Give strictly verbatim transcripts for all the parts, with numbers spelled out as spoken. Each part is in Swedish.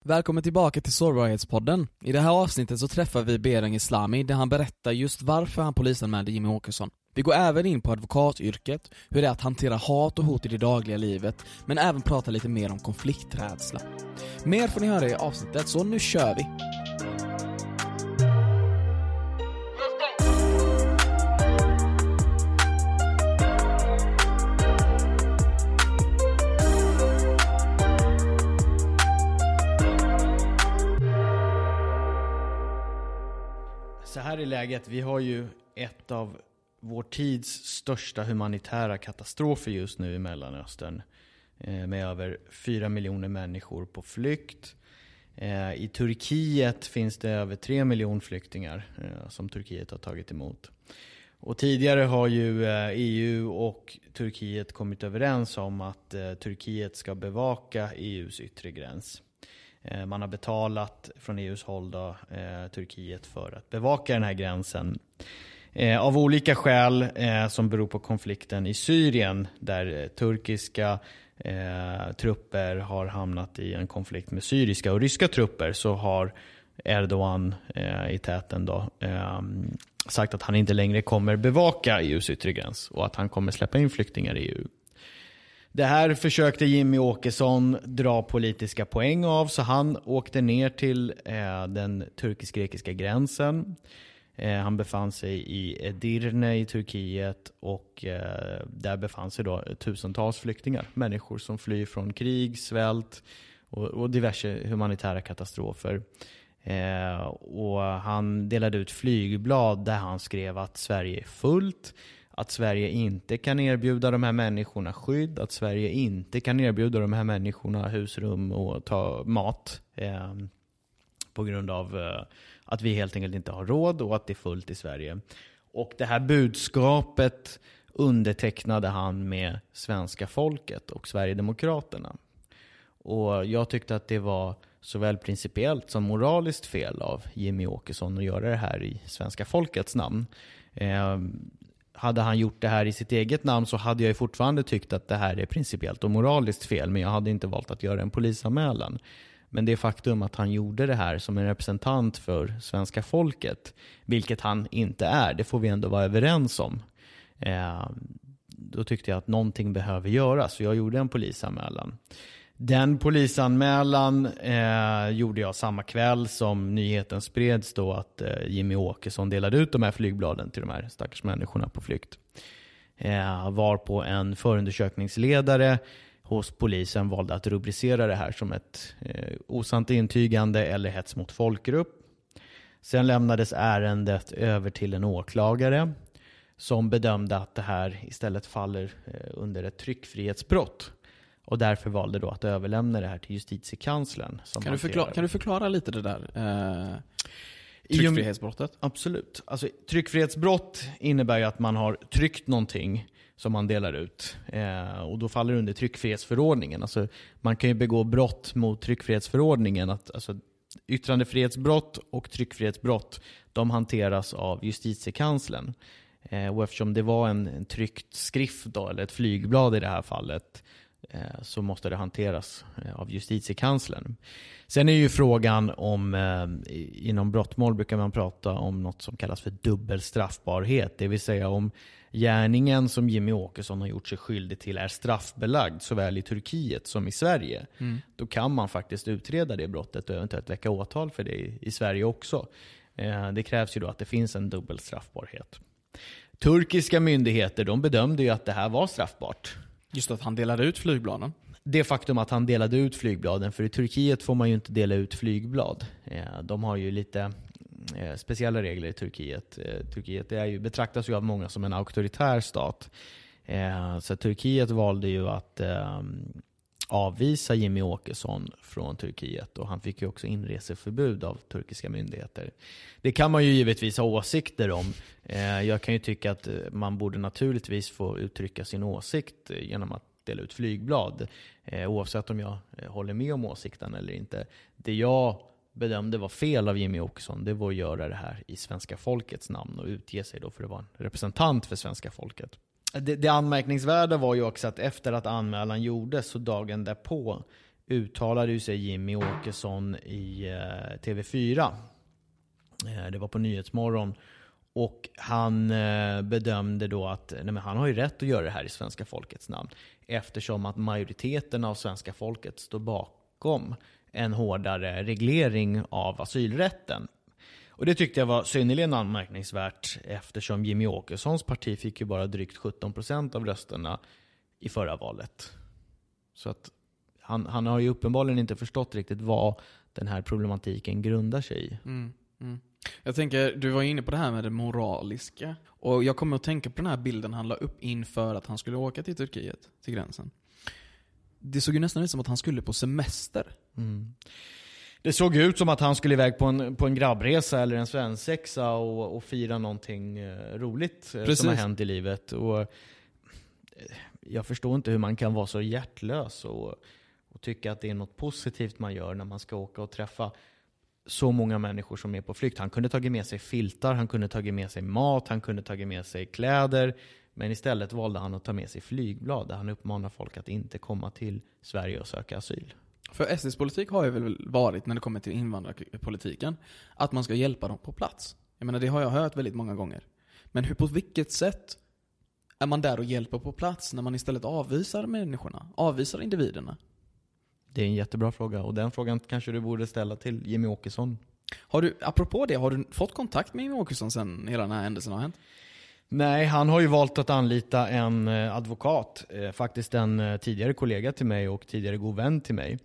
Välkommen tillbaka till Sårbarhetspodden. I det här avsnittet så träffar vi Berang Islami där han berättar just varför han polisanmälde Jimmie Åkesson. Vi går även in på advokatyrket, hur det är att hantera hat och hot i det dagliga livet, men även prata lite mer om konflikträdsla. Mer får ni höra i avsnittet, så nu kör vi! Så här är läget. Vi har ju ett av vår tids största humanitära katastrofer just nu i Mellanöstern. Med över fyra miljoner människor på flykt. I Turkiet finns det över tre miljoner flyktingar som Turkiet har tagit emot. Och tidigare har ju E U och Turkiet kommit överens om att Turkiet ska bevaka E U:s yttre gräns. Man har betalat från E U:s håll då, eh, Turkiet för att bevaka den här gränsen. Eh, av olika skäl eh, som beror på konflikten i Syrien där eh, turkiska eh, trupper har hamnat i en konflikt med syriska och ryska trupper, så har Erdogan eh, i täten då, eh, sagt att han inte längre kommer bevaka E U:s yttre gräns och att han kommer släppa in flyktingar i E U. Det här försökte Jimmie Åkesson dra politiska poäng av, så han åkte ner till eh, den turkisk-grekiska gränsen. Eh, han befann sig i Edirne i Turkiet och eh, där befann sig då tusentals flyktingar. Människor som flyr från krig, svält och, och diverse humanitära katastrofer. Eh, och han delade ut flygblad där han skrev att Sverige är fullt. Att Sverige inte kan erbjuda de här människorna skydd. Att Sverige inte kan erbjuda de här människorna husrum och ta mat. Eh, på grund av eh, att vi helt enkelt inte har råd och att det är fullt i Sverige. Och det här budskapet undertecknade han med svenska folket och Sverigedemokraterna. Och jag tyckte att det var såväl principiellt som moraliskt fel av Jimmie Åkesson att göra det här i svenska folkets namn. Eh, Hade han gjort det här i sitt eget namn så hade jag ju fortfarande tyckt att det här är principiellt och moraliskt fel. Men jag hade inte valt att göra en polisanmälan. Men det faktum att han gjorde det här som en representant för svenska folket, vilket han inte är, det får vi ändå vara överens om. Eh, då tyckte jag att någonting behöver göras, så jag gjorde en polisanmälan. Den polisanmälan eh, gjorde jag samma kväll som nyheten spreds då att eh, Jimmie Åkesson delade ut de här flygbladen till de här stackars människorna på flykt. Eh, var på en förundersökningsledare hos polisen valde att rubricera det här som ett eh, osant intygande eller hets mot folkgrupp. Sen lämnades ärendet över till en åklagare som bedömde att det här istället faller eh, under ett tryckfrihetsbrott. Och därför valde då att överlämna det här till justitiekanslern. Som kan, du förklara, kan du förklara lite det där eh, tryckfrihetsbrottet? Absolut. Alltså, tryckfrihetsbrott innebär ju att man har tryckt någonting som man delar ut. Eh, och då faller det under tryckfrihetsförordningen. Alltså, man kan ju begå brott mot tryckfrihetsförordningen. Att, alltså, yttrandefrihetsbrott och tryckfrihetsbrott, de hanteras av justitiekanslern. Eh, och eftersom det var en, en tryckt skrift då, eller ett flygblad i det här fallet, så måste det hanteras av justitiekanslern. Sen är ju frågan om, eh, inom brottmål brukar man prata om något som kallas för dubbelstraffbarhet. Det vill säga om gärningen som Jimmie Åkesson har gjort sig skyldig till är straffbelagd såväl i Turkiet som i Sverige. Mm. Då kan man faktiskt utreda det brottet och eventuellt väcka åtal för det i, i Sverige också. Eh, det krävs ju då att det finns en dubbelstraffbarhet. Turkiska myndigheter, de bedömde ju att det här var straffbart. Just att han delade ut flygbladen. Det faktum att han delade ut flygbladen, för i Turkiet får man ju inte dela ut flygblad. De har ju lite speciella regler i Turkiet. Turkiet är ju, betraktas ju av många som en auktoritär stat. Så Turkiet valde ju att avvisa Jimmie Åkesson från Turkiet och han fick ju också inreseförbud av turkiska myndigheter. Det kan man ju givetvis ha åsikter om. Jag kan ju tycka att man borde naturligtvis få uttrycka sin åsikt genom att dela ut flygblad, oavsett om jag håller med om åsikten eller inte. Det jag bedömde var fel av Jimmie Åkesson, det var att göra det här i svenska folkets namn och utge sig då för att vara en representant för svenska folket. Det, det anmärkningsvärda var ju också att efter att anmälan gjordes så dagen därpå uttalade ju sig Jimmy Åkesson i eh, T V fyra. Eh, det var på Nyhetsmorgon. Och han eh, bedömde då att nej, men han har ju rätt att göra det här i svenska folkets namn. Eftersom att majoriteten av svenska folket står bakom en hårdare reglering av asylrätten. Och det tyckte jag var synnerligen anmärkningsvärt, eftersom Jimmy Åkessons parti fick ju bara drygt sjutton procent av rösterna i förra valet. Så att han, han har ju uppenbarligen inte förstått riktigt vad den här problematiken grundar sig i. Mm, mm. Jag tänker, du var inne på det här med det moraliska. Och jag kommer att tänka på den här bilden han la upp inför att han skulle åka till Turkiet, till gränsen. Det såg ju nästan ut som att han skulle på semester. Mm. Det såg ut som att han skulle iväg på en, på en grabbresa eller en svensexa och, och fira någonting eh, roligt eh, som har hänt i livet. Och, eh, jag förstår inte hur man kan vara så hjärtlös och, och tycka att det är något positivt man gör när man ska åka och träffa så många människor som är på flykt. Han kunde tagit med sig filtar, han kunde tagit med sig mat, han kunde tagit med sig kläder. Men istället valde han att ta med sig flygblad där han uppmanar folk att inte komma till Sverige och söka asyl. För S D:s politik har ju väl varit, när det kommer till invandrarpolitiken, att man ska hjälpa dem på plats. Jag menar, det har jag hört väldigt många gånger. Men hur, på vilket sätt är man där och hjälper på plats när man istället avvisar människorna, avvisar individerna? Det är en jättebra fråga, och den frågan kanske du borde ställa till Jimmy Åkesson. Har du, apropå det, har du fått kontakt med Jimmy Åkesson sen hela den här händelsen har hänt? Nej, han har ju valt att anlita en advokat, eh, faktiskt en eh, tidigare kollega till mig och tidigare god vän till mig.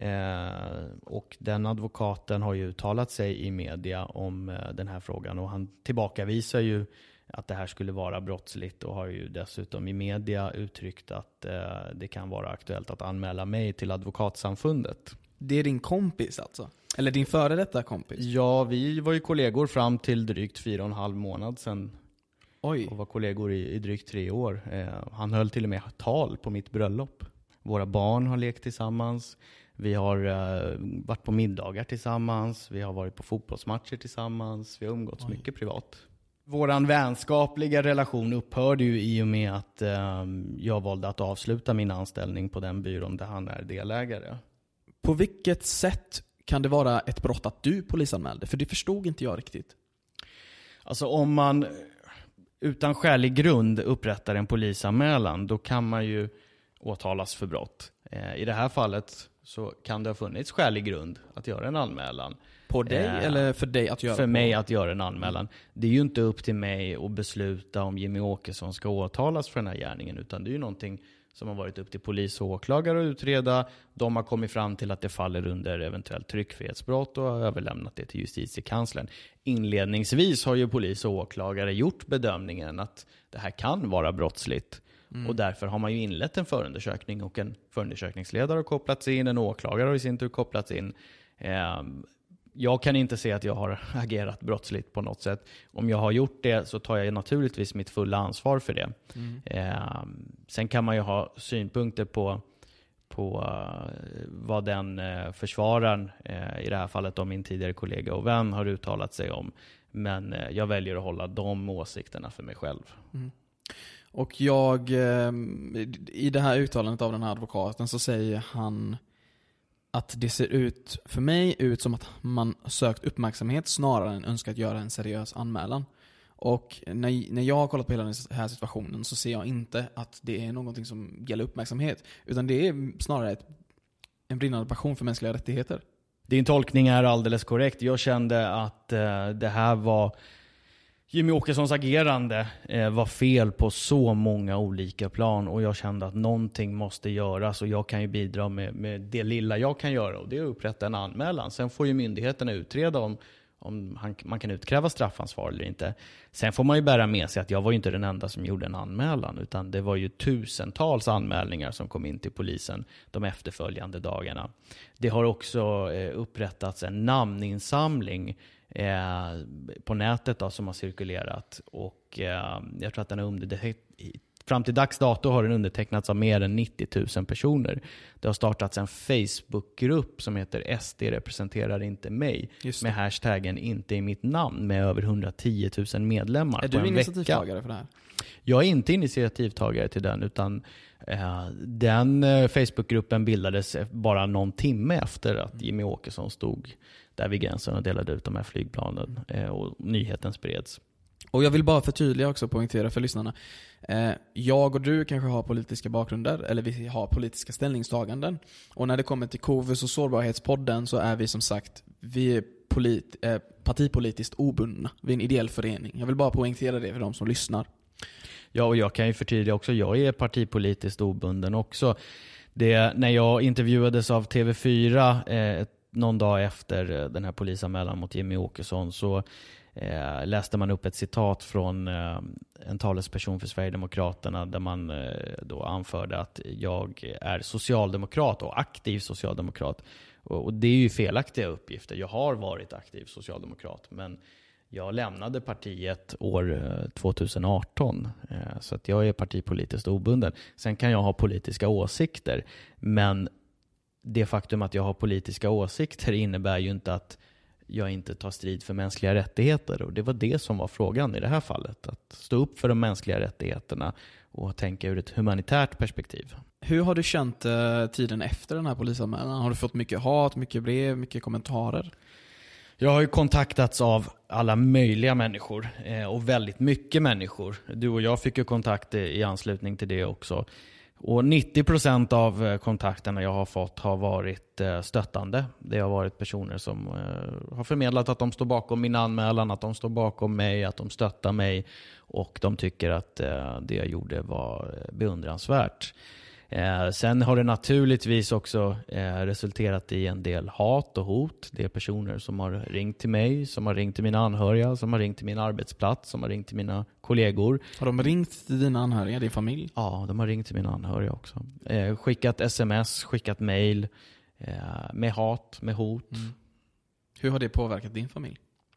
Eh, och den advokaten har ju uttalat sig i media om eh, den här frågan, och han tillbakavisar ju att det här skulle vara brottsligt och har ju dessutom i media uttryckt att eh, det kan vara aktuellt att anmäla mig till advokatsamfundet. Det är din kompis alltså? Eller din före detta kompis? Ja, vi var ju kollegor fram till drygt fyra och en halv månad sedan. Oj. Och var kollegor i, i drygt tre år. Eh, han höll till och med tal på mitt bröllop. Våra barn har lekt tillsammans. Vi har eh, varit på middagar tillsammans. Vi har varit på fotbollsmatcher tillsammans. Vi har umgåtts Oj. mycket privat. Våran vänskapliga relation upphörde ju i och med att eh, jag valde att avsluta min anställning på den byrån där han är delägare. På vilket sätt kan det vara ett brott att du polisanmälde? För det förstod inte jag riktigt. Alltså om man utan skälig grund upprättar en polisanmälan, då kan man ju åtalas för brott. Eh, I det här fallet så kan det ha funnits skälig grund att göra en anmälan. På dig eh, eller för dig att göra? För på? mig att göra en anmälan. Det är ju inte upp till mig att besluta om Jimmy Åkesson ska åtalas för den här gärningen, utan det är ju någonting som har varit upp till polis och åklagare att utreda. De har kommit fram till att det faller under eventuellt tryckfrihetsbrott och har överlämnat det till justitiekanslern. Inledningsvis har ju polis och åklagare gjort bedömningen att det här kan vara brottsligt. Mm. Och därför har man ju inlett en förundersökning, och en förundersökningsledare har kopplats in, en åklagare har i sin tur kopplats in. Eh, jag kan inte se att jag har agerat brottsligt på något sätt. Om jag har gjort det så tar jag naturligtvis mitt fulla ansvar för det. Mm. Eh, sen kan man ju ha synpunkter på, på uh, vad den uh, försvararen, uh, i det här fallet då min tidigare kollega och vän, har uttalat sig om. Men uh, jag väljer att hålla de åsikterna för mig själv. Mm. Och jag, eh, i det här uttalandet av den här advokaten så säger han att det ser ut, för mig, ut som att man sökt uppmärksamhet snarare än önskat göra en seriös anmälan. Och när, när jag har kollat på hela den här situationen så ser jag inte att det är någonting som gäller uppmärksamhet, utan det är snarare ett, en brinnande passion för mänskliga rättigheter. Din tolkning är alldeles korrekt. Jag kände att eh, det här var Jimmy Åkessons agerande eh, var fel på så många olika plan, och jag kände att någonting måste göras, och jag kan ju bidra med, med det lilla jag kan göra, och det är att upprätta en anmälan. Sen får ju myndigheterna utreda om, om han, man kan utkräva straffansvar eller inte. Sen får man ju bära med sig att jag var ju inte den enda som gjorde en anmälan, utan det var ju tusentals anmälningar som kom in till polisen de efterföljande dagarna. Det har också eh, upprättats en namninsamling Eh, på nätet då, som har cirkulerat, och eh, jag tror att den har under, det fram till dags dato har den undertecknats av mer än nittio tusen personer. Det har startats en Facebookgrupp som heter S D representerar inte mig med hashtaggen inte i mitt namn med över hundratio tusen medlemmar. Är på du en initiativtagare vecka. för det här? Jag är inte initiativtagare till den, utan eh, den eh, Facebookgruppen bildades bara någon timme efter att Jimmy Åkesson stod där vid gränsen och delade ut de här flygplanen eh, och nyheten spreds. Och jag vill bara förtydliga också, poängtera för lyssnarna. Eh, jag och du kanske har politiska bakgrunder, eller vi har politiska ställningstaganden. Och när det kommer till Covis och sårbarhetspodden så är vi som sagt, vi är polit, eh, partipolitiskt obundna. Vi är en ideell förening. Jag vill bara poängtera det för de som lyssnar. Ja, och jag kan ju förtydliga också, jag är partipolitiskt obunden också. Det, när jag intervjuades av T V fyra eh, någon dag efter den här polisanmälan mot Jimmy Åkesson så eh, läste man upp ett citat från eh, en talesperson för Sverigedemokraterna där man eh, då anförde att jag är socialdemokrat och aktiv socialdemokrat. Och, och det är ju felaktiga uppgifter. Jag har varit aktiv socialdemokrat, men jag lämnade partiet år tjugoarton, så att jag är partipolitiskt obunden. Sen kan jag ha politiska åsikter, men det faktum att jag har politiska åsikter innebär ju inte att jag inte tar strid för mänskliga rättigheter. Och det var det som var frågan i det här fallet. Att stå upp för de mänskliga rättigheterna och tänka ur ett humanitärt perspektiv. Hur har du känt eh, tiden efter den här polisanmälan? Har du fått mycket hat, mycket brev, mycket kommentarer? Jag har ju kontaktats av alla möjliga människor eh, och väldigt mycket människor. Du och jag fick ju kontakt i anslutning till det också. Och nittio procent av kontakterna jag har fått har varit eh, stöttande. Det har varit personer som eh, har förmedlat att de står bakom min anmälan, att de står bakom mig, att de stöttar mig och de tycker att eh, det jag gjorde var beundransvärt. Eh, sen har det naturligtvis också eh, resulterat i en del hat och hot. Det är personer som har ringt till mig, som har ringt till mina anhöriga, som har ringt till min arbetsplats, som har ringt till mina kollegor. Har de ringt till dina anhöriga, din familj? Ja, de har ringt till mina anhöriga också. Eh, skickat sms, skickat mail eh, med hat, med hot. Mm. Hur har det påverkat din familj?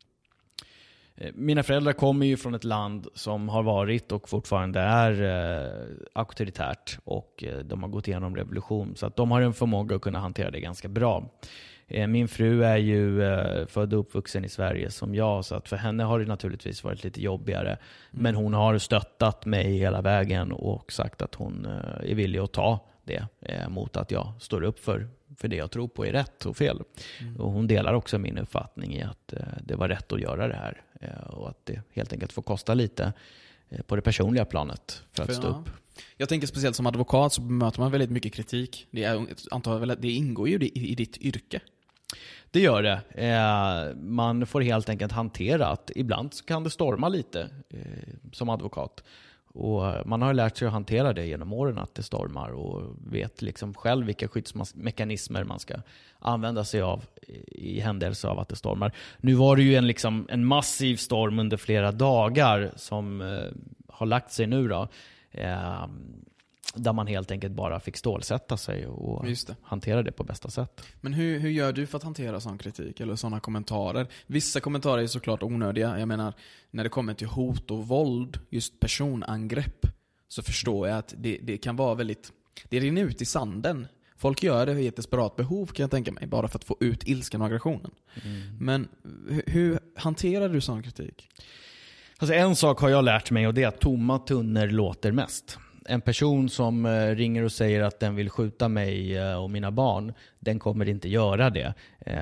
Mina föräldrar kommer ju från ett land som har varit och fortfarande är eh, auktoritärt och eh, de har gått igenom revolution, så att de har en förmåga att kunna hantera det ganska bra. Eh, min fru är ju eh, född och uppvuxen i Sverige som jag, så att för henne har det naturligtvis varit lite jobbigare. Mm. Men hon har stöttat mig hela vägen och sagt att hon eh, är villig att ta det eh, mot att jag står upp för för det jag tror på är rätt och fel. Mm. Och hon delar också min uppfattning i att eh, det var rätt att göra det här. Eh, och att det helt enkelt får kosta lite eh, på det personliga planet för att för, stå ja. upp. Jag tänker speciellt som advokat så möter man väldigt mycket kritik. Det, är, antar väl, det ingår ju i, i ditt yrke. Det gör det. Eh, man får helt enkelt hantera att ibland kan det storma lite eh, som advokat. Och man har lärt sig att hantera det genom åren att det stormar och vet liksom själv vilka skyddsmekanismer man ska använda sig av i händelse av att det stormar. Nu var det ju en, liksom, en massiv storm under flera dagar som eh, har lagt sig nu då. Eh, där man helt enkelt bara fick stålsätta sig och hantera det på bästa sätt. Men hur, hur gör du för att hantera sån kritik eller sådana kommentarer? Vissa kommentarer är såklart onödiga. Jag menar, när det kommer till hot och våld, just personangrepp, så förstår jag att det, det kan vara väldigt... Det rinner ut i sanden. Folk gör det i ett desperat behov, kan jag tänka mig, bara för att få ut ilskan och aggressionen. Mm. Men hur, hur hanterar du sån kritik? Alltså en sak har jag lärt mig och det är att tomma tunnor låter mest. En person som ringer och säger att den vill skjuta mig och mina barn, den kommer inte göra det.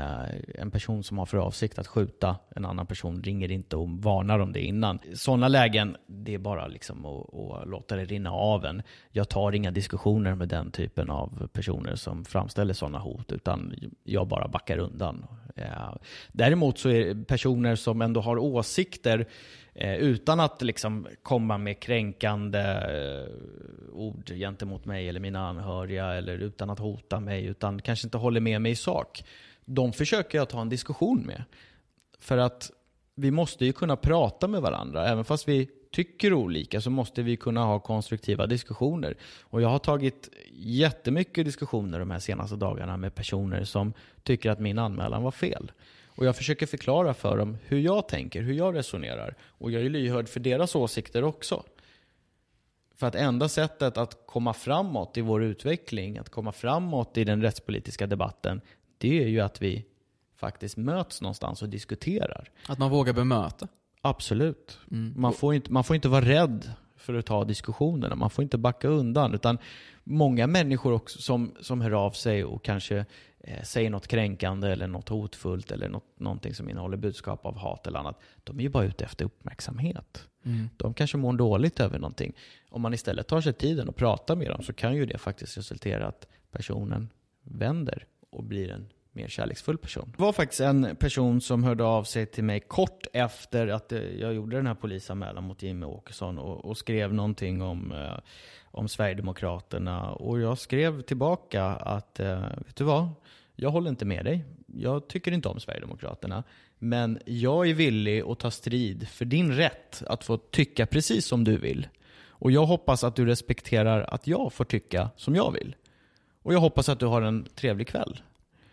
En person som har för avsikt att skjuta en annan person ringer inte och varnar om det innan. Sådana lägen, det är bara liksom att, att låta det rinna av en. Jag tar inga diskussioner med den typen av personer som framställer sådana hot, utan jag bara backar undan. Däremot så är personer som ändå har åsikter Eh, utan att liksom komma med kränkande eh, ord gentemot mig eller mina anhöriga, eller utan att hota mig, utan kanske inte håller med mig i sak. De försöker jag ta en diskussion med. För att vi måste ju kunna prata med varandra. Även fast vi tycker olika så måste vi kunna ha konstruktiva diskussioner. Och jag har tagit jättemycket diskussioner de här senaste dagarna med personer som tycker att min anmälan var fel. Och jag försöker förklara för dem hur jag tänker, hur jag resonerar. Och jag är lyhörd för deras åsikter också. För att enda sättet att komma framåt i vår utveckling, att komma framåt i den rättspolitiska debatten, det är ju att vi faktiskt möts någonstans och diskuterar. Att man vågar bemöta. Absolut. Mm. Man får inte, man får inte vara rädd för att ta diskussionerna. Man får inte backa undan. Utan många människor också som, som hör av sig och kanske eh, säger något kränkande eller något hotfullt eller något, någonting som innehåller budskap av hat eller annat. De är ju bara ute efter uppmärksamhet. Mm. De kanske mår dåligt över någonting. Om man istället tar sig tiden och pratar med dem så kan ju det faktiskt resultera att personen vänder och blir en mer kärleksfull person. Det var faktiskt en person som hörde av sig till mig kort efter att jag gjorde den här polisanmälan mot Jimmie Åkesson och, och skrev någonting om, eh, om Sverigedemokraterna. Och jag skrev tillbaka att, eh, vet du vad? Jag håller inte med dig. Jag tycker inte om Sverigedemokraterna. Men jag är villig att ta strid för din rätt att få tycka precis som du vill. Och jag hoppas att du respekterar att jag får tycka som jag vill. Och jag hoppas att du har en trevlig kväll.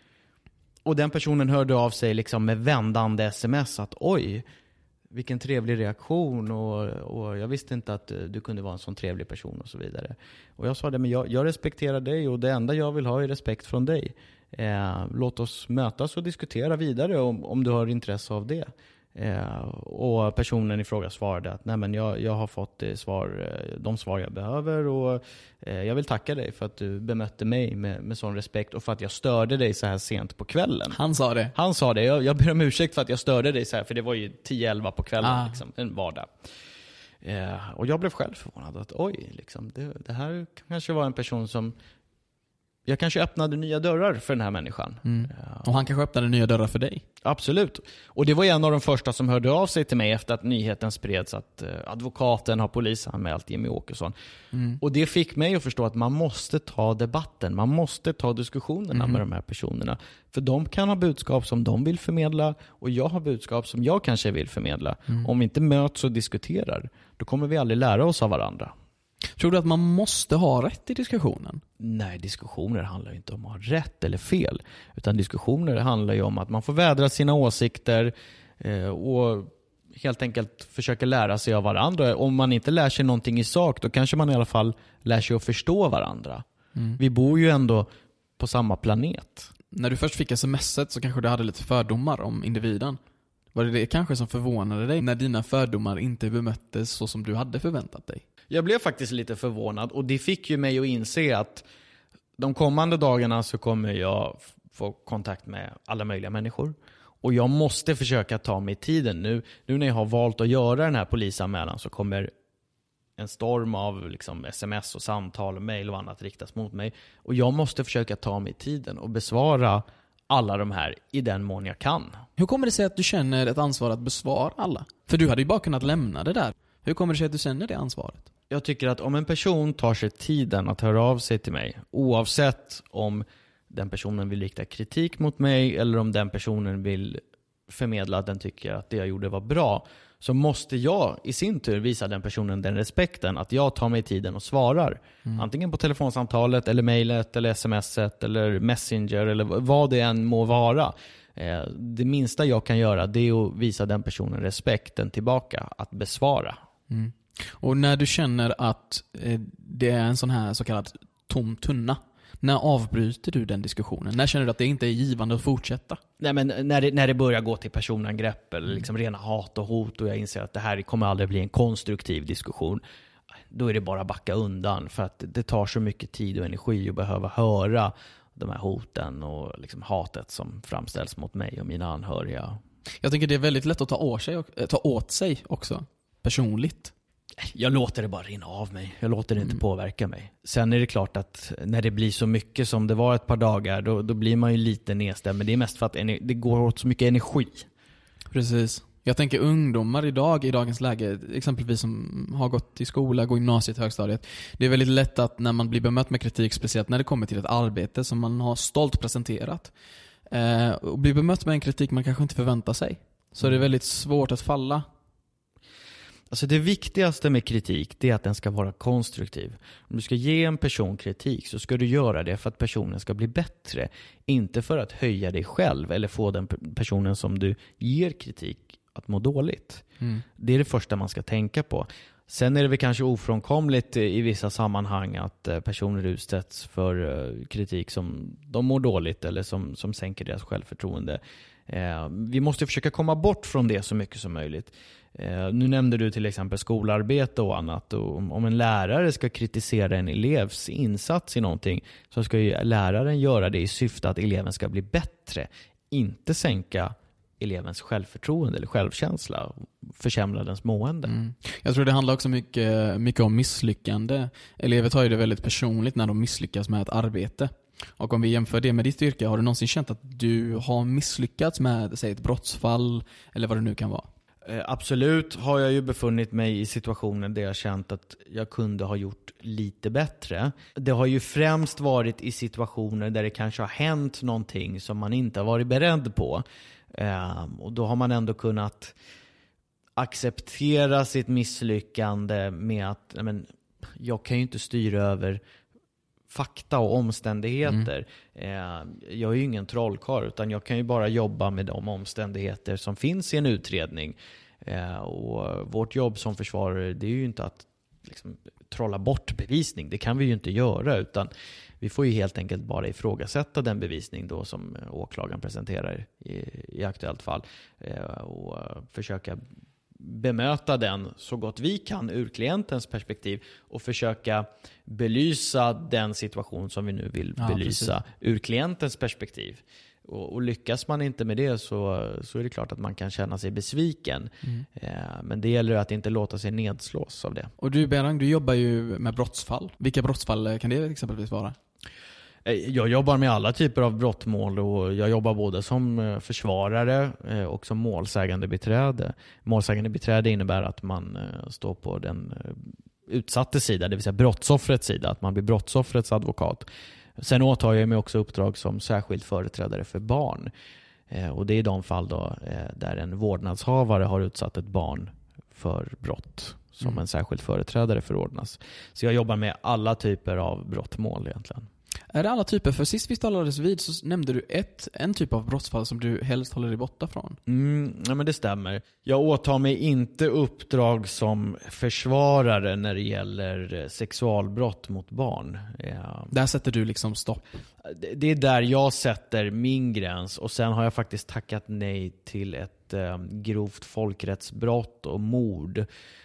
Och den personen hörde av sig liksom med vändande sms att oj, vilken trevlig reaktion och, och jag visste inte att du kunde vara en sån trevlig person och så vidare. Och jag sa det, men jag, jag respekterar dig och det enda jag vill ha är respekt från dig. Eh, låt oss mötas och diskutera vidare om, om du har intresse av det. Eh, och personen i fråga svarade att nej, men jag, jag har fått det svar, de svar jag behöver och eh, jag vill tacka dig för att du bemötte mig med, med sån respekt och för att jag störde dig så här sent på kvällen. Han sa det? Han sa det. Jag, jag ber om ursäkt för att jag störde dig så här, för det var ju tio elva på kvällen, ah. liksom, en vardag. Eh, och jag blev själv förvånad att oj, liksom, det, det här kanske var en person som jag kanske öppnade nya dörrar för den här människan. Mm. Och han kanske öppnade nya dörrar för dig. Absolut. Och det var en av de första som hörde av sig till mig efter att nyheten spreds att eh, advokaten har polisanmält Jimmie Åkesson. Mm. Och det fick mig att förstå att man måste ta debatten. Man måste ta diskussionerna mm. med de här personerna. För de kan ha budskap som de vill förmedla och jag har budskap som jag kanske vill förmedla. Mm. Om vi inte möts och diskuterar, då kommer vi aldrig lära oss av varandra. Tror du att man måste ha rätt i diskussionen? Nej, diskussioner handlar inte om att ha rätt eller fel. Utan diskussioner handlar ju om att man får vädra sina åsikter eh, och helt enkelt försöka lära sig av varandra. Om man inte lär sig någonting i sak, då kanske man i alla fall lär sig att förstå varandra. Mm. Vi bor ju ändå på samma planet. När du först fick smset så kanske du hade lite fördomar om individen. Var det det kanske som förvånade dig när dina fördomar inte bemöttes så som du hade förväntat dig? Jag blev faktiskt lite förvånad och det fick ju mig att inse att de kommande dagarna så kommer jag få kontakt med alla möjliga människor. Och jag måste försöka ta mig tiden nu. Nu när jag har valt att göra den här polisanmälan så kommer en storm av liksom sms och samtal och mejl och annat riktas mot mig. Och jag måste försöka ta mig tiden och besvara alla de här i den mån jag kan. Hur kommer det sig att du känner ett ansvar att besvara alla? För du hade ju bara kunnat lämna det där. Hur kommer det sig att du känner det ansvaret? Jag tycker att om en person tar sig tiden att höra av sig till mig, oavsett om den personen vill rikta kritik mot mig eller om den personen vill förmedla att den tycker att det jag gjorde var bra, så måste jag i sin tur visa den personen den respekten att jag tar mig tiden och svarar. Mm. Antingen på telefonsamtalet eller mejlet eller smset eller messenger eller vad det än må vara. Det minsta jag kan göra, det är att visa den personen respekten tillbaka, att besvara. Mm. Och när du känner att eh, det är en sån här så kallad tom tunna, när avbryter du den diskussionen? När känner du att det inte är givande att fortsätta? Nej, men när det, när det börjar gå till personangrepp eller liksom mm. rena hat och hot och jag inser att det här kommer aldrig bli en konstruktiv diskussion, då är det bara backa undan, för att det tar så mycket tid och energi att behöva höra de här hoten och liksom hatet som framställs mot mig och mina anhöriga. Jag tänker det är väldigt lätt att ta åt sig, ta åt sig också, personligt. Jag låter det bara rinna av mig. Jag låter det inte mm. påverka mig. Sen är det klart att när det blir så mycket som det var ett par dagar, då, då blir man ju lite nedstämd. Men det är mest för att det går åt så mycket energi. Precis. Jag tänker ungdomar idag, i dagens läge, exempelvis som har gått i skola, går gymnasiet, högstadiet. Det är väldigt lätt att när man blir bemött med kritik, speciellt när det kommer till ett arbete som man har stolt presenterat, eh, och blir bemött med en kritik man kanske inte förväntar sig, så är det väldigt svårt att falla. Alltså det viktigaste med kritik, det är att den ska vara konstruktiv. Om du ska ge en person kritik så ska du göra det för att personen ska bli bättre. Inte för att höja dig själv eller få den personen som du ger kritik att må dåligt. Mm. Det är det första man ska tänka på. Sen är det väl kanske ofrånkomligt i vissa sammanhang att personer utsätts för kritik som de mår dåligt eller som, som sänker deras självförtroende. Eh, vi måste försöka komma bort från det så mycket som möjligt. Eh, nu nämnde du till exempel skolarbete och annat. Och om, om en lärare ska kritisera en elevs insats i någonting, så ska ju läraren göra det i syfte att eleven ska bli bättre. Inte sänka elevens självförtroende eller självkänsla, försämra dens mående. Mm. Jag tror det handlar också mycket, mycket om misslyckande. Elever tar ju det väldigt personligt när de misslyckas med ett arbete. Och om vi jämför det med ditt yrke, har du någonsin känt att du har misslyckats med, säg, ett brottsfall eller vad det nu kan vara? Eh, absolut har jag ju befunnit mig i situationer där jag känt att jag kunde ha gjort lite bättre. Det har ju främst varit i situationer där det kanske har hänt någonting som man inte har varit beredd på. Eh, och då har man ändå kunnat acceptera sitt misslyckande med att men, jag kan ju inte styra över fakta och omständigheter. Mm. Jag är ju ingen trollkarl, utan jag kan ju bara jobba med de omständigheter som finns i en utredning. Och vårt jobb som försvarare, det är ju inte att liksom trolla bort bevisning. Det kan vi ju inte göra, utan vi får ju helt enkelt bara ifrågasätta den bevisning då som åklagaren presenterar i, i aktuellt fall och försöka bemöta den så gott vi kan ur klientens perspektiv och försöka belysa den situation som vi nu vill ja, belysa precis. Ur klientens perspektiv. Och, och lyckas man inte med det så, så är det klart att man kan känna sig besviken. Mm. Eh, men det gäller att inte låta sig nedslås av det. Och du Berang, du jobbar ju med brottsfall. Vilka brottsfall kan det exempelvis vara? Jag jobbar med alla typer av brottmål och jag jobbar både som försvarare och som målsägande beträde. Målsägande beträde innebär att man står på den utsatte sida, det vill säga brottsoffrets sida, att man blir brottsoffrets advokat. Sen åtar jag mig också uppdrag som särskild företrädare för barn. Och det är de fall då där en vårdnadshavare har utsatt ett barn för brott som mm. en särskild företrädare förordnas. Så jag jobbar med alla typer av brottmål egentligen. Är det alla typer? För sist vi talades vid så nämnde du ett, en typ av brottsfall som du helst håller dig borta från. Mm, ja, men det stämmer. Jag åtar mig inte uppdrag som försvarare när det gäller sexualbrott mot barn. Ja. Där sätter du liksom stopp? Det, det är där jag sätter min gräns. Och sen har jag faktiskt tackat nej till ett eh, grovt folkrättsbrott och mord.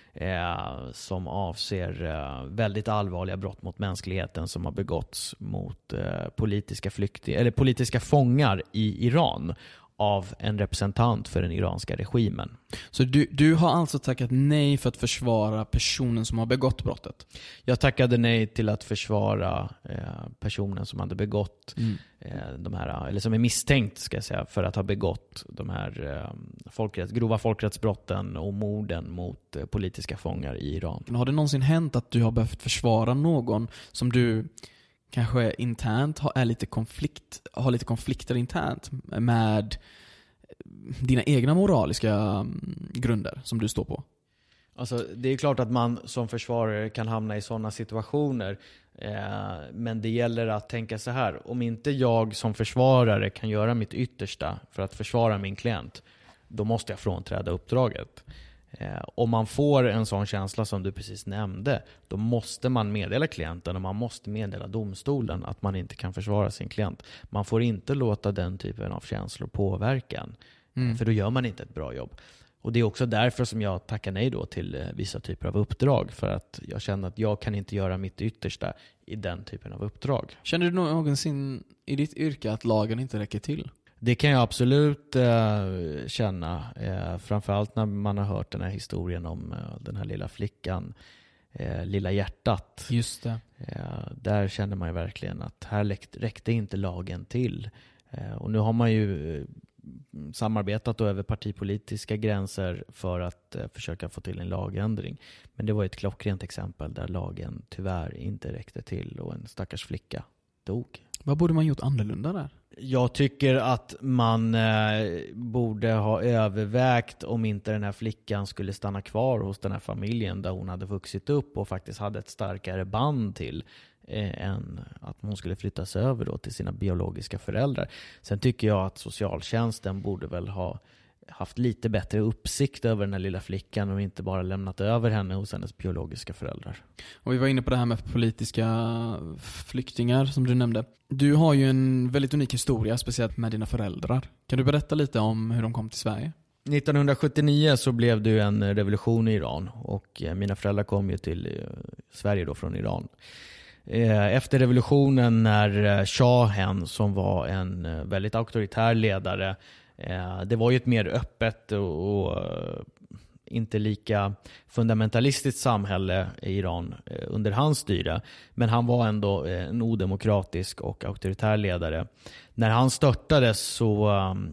Eh, som avser eh, väldigt allvarliga brott mot mänskligheten som har begåtts mot eh, politiska flyktingar eller politiska fångar i Iran av en representant för den iranska regimen. Så du, du har alltså tackat nej för att försvara personen som har begått brottet? Jag tackade nej till att försvara eh, personen som hade begått mm. eh, de här, eller som är misstänkt ska jag säga, för att ha begått de här eh, folkrätts, grova folkrättsbrotten och morden mot eh, politiska fångar i Iran. Har det någonsin hänt att du har behövt försvara någon som du kanske internt har, är lite konflikt, har lite konflikter internt med dina egna moraliska grunder som du står på? Alltså, det är klart att man som försvarare kan hamna i sådana situationer. Eh, men det gäller att tänka så här. Om inte jag som försvarare kan göra mitt yttersta för att försvara min klient, då måste jag frånträda uppdraget. Eh, om man får en sån känsla som du precis nämnde, då måste man meddela klienten och man måste meddela domstolen att man inte kan försvara sin klient. Man får inte låta den typen av känslor påverka en, mm. för då gör man inte ett bra jobb. Och det är också därför som jag tackar nej då till eh, vissa typer av uppdrag, för att jag känner att jag kan inte göra mitt yttersta i den typen av uppdrag. Känner du någonsin i ditt yrke att lagen inte räcker till? Det kan jag absolut eh, känna. Eh, framförallt när man har hört den här historien om eh, den här lilla flickan, eh, lilla hjärtat. Just det. Eh, där känner man ju verkligen att här räckte, räckte inte lagen till. Eh, och nu har man ju eh, samarbetat då över partipolitiska gränser för att eh, försöka få till en lagändring. Men det var ett klockrent exempel där lagen tyvärr inte räckte till och en stackars flicka dog. Vad borde man gjort annorlunda där? Jag tycker att man eh, borde ha övervägt om inte den här flickan skulle stanna kvar hos den här familjen där hon hade vuxit upp och faktiskt hade ett starkare band till eh, än att hon skulle flyttas över då till sina biologiska föräldrar. Sen tycker jag att socialtjänsten borde väl ha haft lite bättre uppsikt över den här lilla flickan och inte bara lämnat över henne hos hennes biologiska föräldrar. Och vi var inne på det här med politiska flyktingar som du nämnde. Du har ju en väldigt unik historia, speciellt med dina föräldrar. Kan du berätta lite om hur de kom till Sverige? nittonhundrasjuttionio så blev det ju en revolution i Iran och mina föräldrar kom ju till Sverige då från Iran. Efter revolutionen, när shahen, som var en väldigt auktoritär ledare, det var ju ett mer öppet och inte lika fundamentalistiskt samhälle i Iran under hans styre. Men han var ändå en odemokratisk och auktoritär ledare. När han störtades så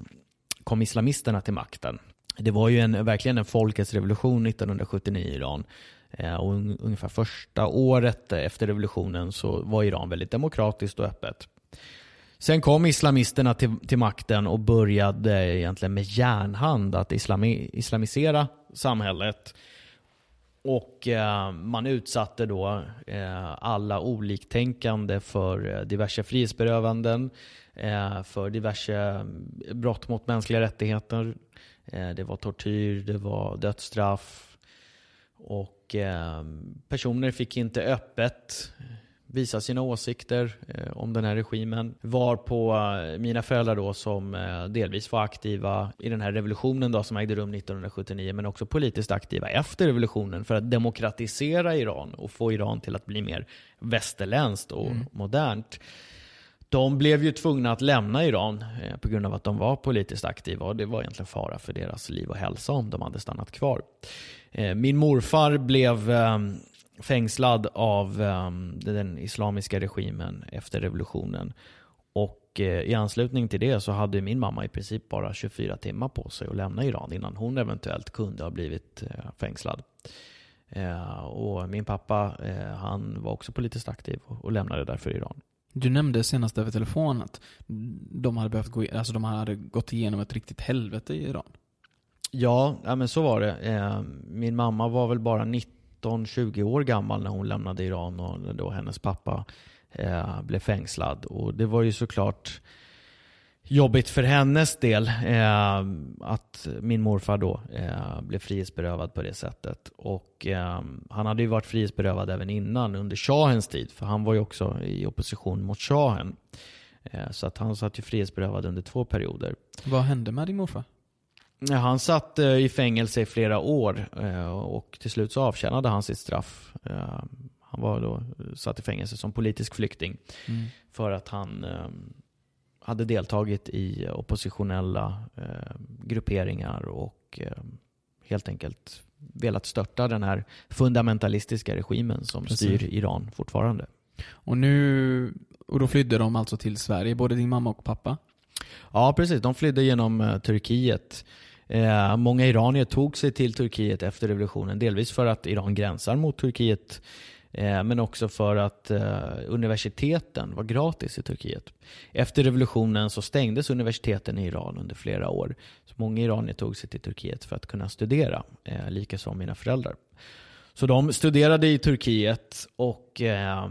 kom islamisterna till makten. Det var ju en, verkligen en folkets revolution nittonhundrasjuttionio i Iran. Och ungefär första året efter revolutionen så var Iran väldigt demokratiskt och öppet. Sen kom islamisterna till, till makten och började egentligen med järnhand att islami, islamisera samhället. Och eh, man utsatte då eh, alla oliktänkande för diverse frihetsberövanden, eh, för diverse brott mot mänskliga rättigheter. Eh, det var tortyr, det var dödsstraff. Och eh, personer fick inte öppet visa sina åsikter eh, om den här regimen. Var på eh, mina föräldrar då, som eh, delvis var aktiva i den här revolutionen då, som ägde rum nittonhundrasjuttionio, men också politiskt aktiva efter revolutionen för att demokratisera Iran och få Iran till att bli mer västerländskt och mm. modernt. De blev ju tvungna att lämna Iran eh, på grund av att de var politiskt aktiva, och det var egentligen fara för deras liv och hälsa om de hade stannat kvar. Eh, min morfar blev eh, fängslad av eh, den islamiska regimen efter revolutionen, och eh, i anslutning till det så hade min mamma i princip bara tjugofyra timmar på sig att lämna Iran innan hon eventuellt kunde ha blivit eh, fängslad. Eh, och min pappa eh, han var också politiskt aktiv och, och lämnade därför Iran. Du nämnde senast över telefon att de hade, behövt gå, alltså de hade gått igenom ett riktigt helvete i Iran. Ja, ja men så var det. Eh, min mamma var väl bara nitton tjugo år gammal när hon lämnade Iran, och då hennes pappa eh, blev fängslad. Och det var ju såklart jobbigt för hennes del eh, att min morfar då eh, blev frihetsberövad på det sättet. Och eh, han hade ju varit frihetsberövad även innan under shahens tid, för han var ju också i opposition mot shahen. Eh, så att han satt ju frihetsberövad under två perioder. Vad hände med din morfar? Ja, han satt eh, i fängelse i flera år eh, och till slut så avtjänade han sitt straff. Eh, han var då satt i fängelse som politisk flykting mm. för att han eh, hade deltagit i oppositionella eh, grupperingar och eh, helt enkelt velat störta den här fundamentalistiska regimen som Precis. styr Iran fortfarande. Och nu och då flydde de alltså till Sverige, både din mamma och pappa? Ja, precis. De flydde genom eh, Turkiet. Eh, många iranier tog sig till Turkiet efter revolutionen, delvis för att Iran gränsar mot Turkiet, eh, men också för att eh, universiteten var gratis i Turkiet. Efter revolutionen så stängdes universiteten i Iran under flera år. Så många iranier tog sig till Turkiet för att kunna studera, eh, lika som mina föräldrar. Så de studerade i Turkiet, och eh,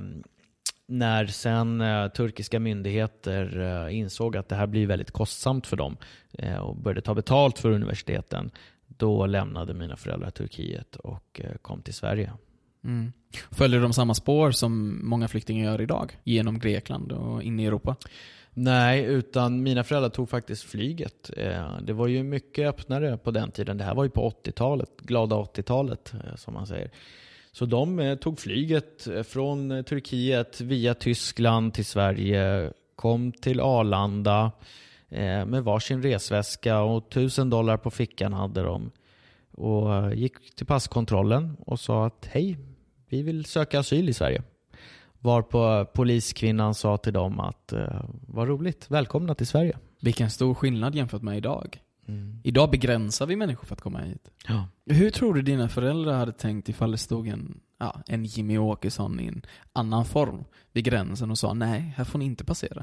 när sen eh, turkiska myndigheter eh, insåg att det här blir väldigt kostsamt för dem eh, och började ta betalt för universiteten, då lämnade mina föräldrar Turkiet och eh, kom till Sverige. Mm. Följer de samma spår som många flyktingar gör idag, genom Grekland och in i Europa? Nej, utan mina föräldrar tog faktiskt flyget. Eh, det var ju mycket öppnare på den tiden. Det här var ju på åttiotalet, glada åttiotalet eh, som man säger. Så de eh, tog flyget från eh, Turkiet via Tyskland till Sverige, kom till Arlanda eh, med varsin resväska och tusen dollar på fickan hade de. Och eh, gick till passkontrollen och sa att hej, vi vill söka asyl i Sverige. Varpå poliskvinnan sa till dem att eh, vad roligt, välkomna till Sverige. Vilken stor skillnad jämfört med idag. Mm. Idag begränsar vi människor för att komma hit. Ja. Hur tror du dina föräldrar hade tänkt ifall det stod en, ja, en Jimmy Åkesson i en annan form vid gränsen och sa nej, här får ni inte passera?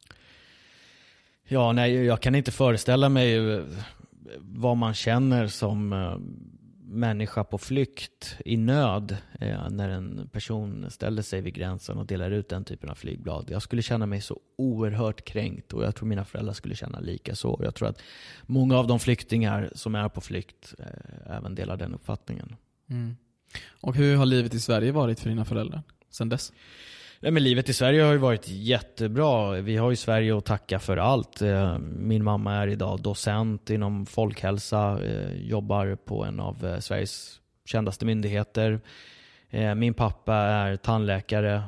Ja, nej, jag kan inte föreställa mig vad man känner som människa på flykt i nöd eh, när en person ställer sig vid gränsen och delar ut den typen av flygblad. Jag skulle känna mig så oerhört kränkt, och jag tror mina föräldrar skulle känna lika så. Jag tror att många av de flyktingar som är på flykt eh, även delar den uppfattningen. Mm. Och hur har livet i Sverige varit för dina föräldrar sedan dess? Nej, men livet i Sverige har ju varit jättebra. Vi har ju Sverige att tacka för allt. Min mamma är idag docent inom folkhälsa, jobbar på en av Sveriges kändaste myndigheter. Min pappa är tandläkare,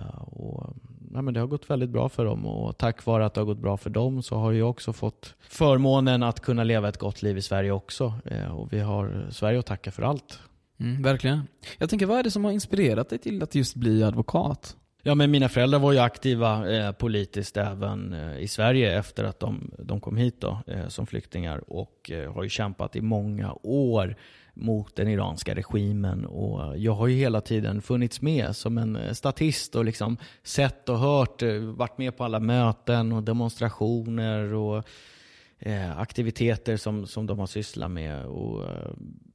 och ja, men det har gått väldigt bra för dem, och tack vare att det har gått bra för dem så har jag också fått förmånen att kunna leva ett gott liv i Sverige också, och vi har Sverige att tacka för allt. Mm, verkligen. Jag tänker, vad är det som har inspirerat dig till att just bli advokat? Ja, men mina föräldrar var ju aktiva eh, politiskt även eh, i Sverige efter att de, de kom hit då, eh, som flyktingar, och eh, har ju kämpat i många år mot den iranska regimen, och jag har ju hela tiden funnits med som en statist och liksom sett och hört, eh, varit med på alla möten och demonstrationer och eh, aktiviteter som, som de har sysslat med. Och eh,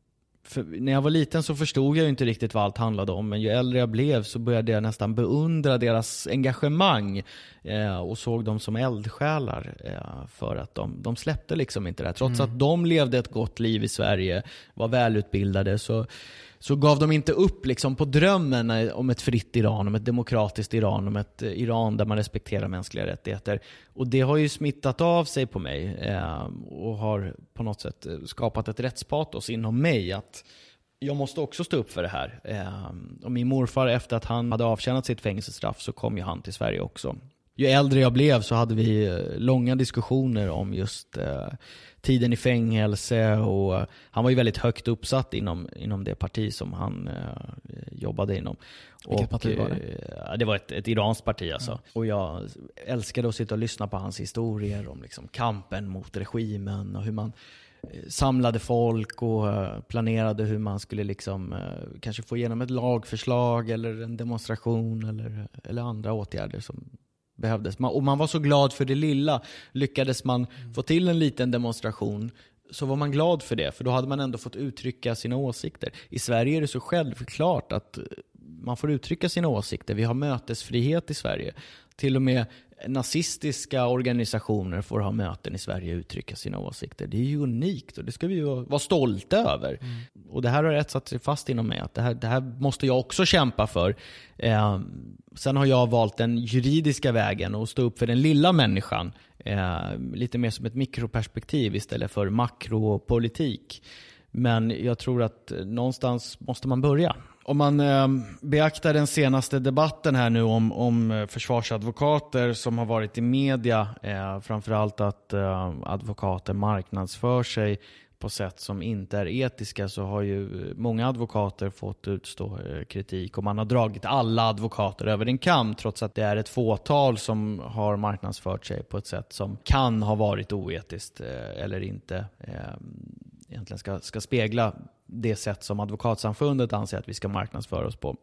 För när jag var liten så förstod jag ju inte riktigt vad allt handlade om, men ju äldre jag blev så började jag nästan beundra deras engagemang eh, och såg dem som eldsjälar, eh, för att de, de släppte liksom inte det. Trots mm. att de levde ett gott liv i Sverige, var välutbildade, så, så gav de inte upp liksom på drömmen om ett fritt Iran, om ett demokratiskt Iran, om ett Iran där man respekterar mänskliga rättigheter. Och det har ju smittat av sig på mig eh, och har på något sätt skapat ett rättspatos inom mig, att jag måste också stå upp för det här. Eh, och min morfar, efter att han hade avtjänat sitt fängelsestraff, så kom ju han till Sverige också. Ju äldre jag blev så hade vi långa diskussioner om just eh, tiden i fängelse, och han var ju väldigt högt uppsatt inom, inom det parti som han eh, jobbade inom. Vilket och, parti var det? Eh, det var ett, ett iranskt parti alltså. Mm. Och jag älskade att sitta och lyssna på hans historier om liksom kampen mot regimen och hur man samlade folk och planerade hur man skulle liksom kanske få igenom ett lagförslag eller en demonstration eller, eller andra åtgärder som behövdes. Och man var så glad för det lilla. Lyckades man mm. få till en liten demonstration, så var man glad för det, för då hade man ändå fått uttrycka sina åsikter. I Sverige är det så självklart att man får uttrycka sina åsikter. Vi har mötesfrihet i Sverige. Till och med nazistiska organisationer får ha möten i Sverige och uttrycka sina åsikter. Det är ju unikt, och det ska vi ju vara stolta över. Mm. Och det här har rätt satt sig fast inom mig, att det här, det här måste jag också kämpa för. Eh, sen har jag valt den juridiska vägen och stå upp för den lilla människan. Eh, lite mer som ett mikroperspektiv istället för makropolitik. Men jag tror att någonstans måste man börja. Om man eh, beaktar den senaste debatten här nu om, om försvarsadvokater som har varit i media, eh, framförallt att eh, advokater marknadsför sig på sätt som inte är etiska, så har ju många advokater fått utstå eh, kritik, och man har dragit alla advokater över en kam, trots att det är ett fåtal som har marknadsfört sig på ett sätt som kan ha varit oetiskt eh, eller inte eh, egentligen ska, ska spegla det sätt som advokatsamfundet anser att vi ska marknadsföra oss på.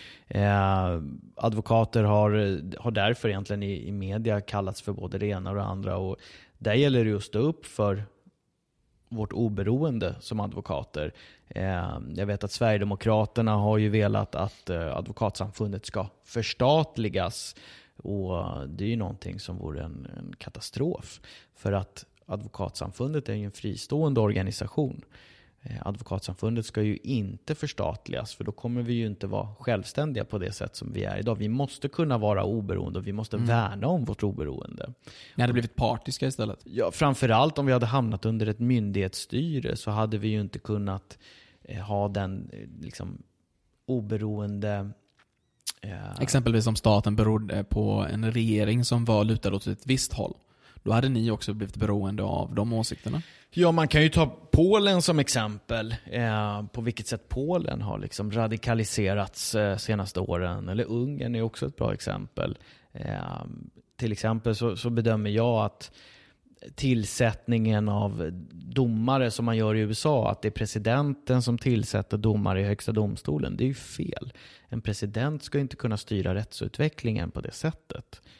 Eh, advokater har, har därför egentligen i, i media kallats för både det ena och det andra, och där gäller det just att stå upp för vårt oberoende som advokater. Eh, jag vet att Sverigedemokraterna har ju velat att eh, advokatsamfundet ska förstatligas, och det är ju någonting som vore en, en katastrof, för att advokatsamfundet är ju en fristående organisation. Advokatsamfundet ska ju inte förstatligas, för då kommer vi ju inte vara självständiga på det sätt som vi är idag. Vi måste kunna vara oberoende, och vi måste mm. värna om vårt oberoende. Ni hade blivit partiska istället? Ja, framförallt om vi hade hamnat under ett myndighetsstyre så hade vi ju inte kunnat eh, ha den eh, liksom oberoende... Eh... Exempelvis om staten berodde på en regering som var lutad åt ett visst håll. Då hade ni också blivit beroende av de åsikterna. Ja, man kan ju ta Polen som exempel. Eh, på vilket sätt Polen har liksom radikaliserats eh, senaste åren. Eller Ungern är också ett bra exempel. Eh, till exempel så, så bedömer jag att tillsättningen av domare som man gör i U S A, att det är presidenten som tillsätter domare i högsta domstolen, det är ju fel. En president ska inte kunna styra rättsutvecklingen på det sättet.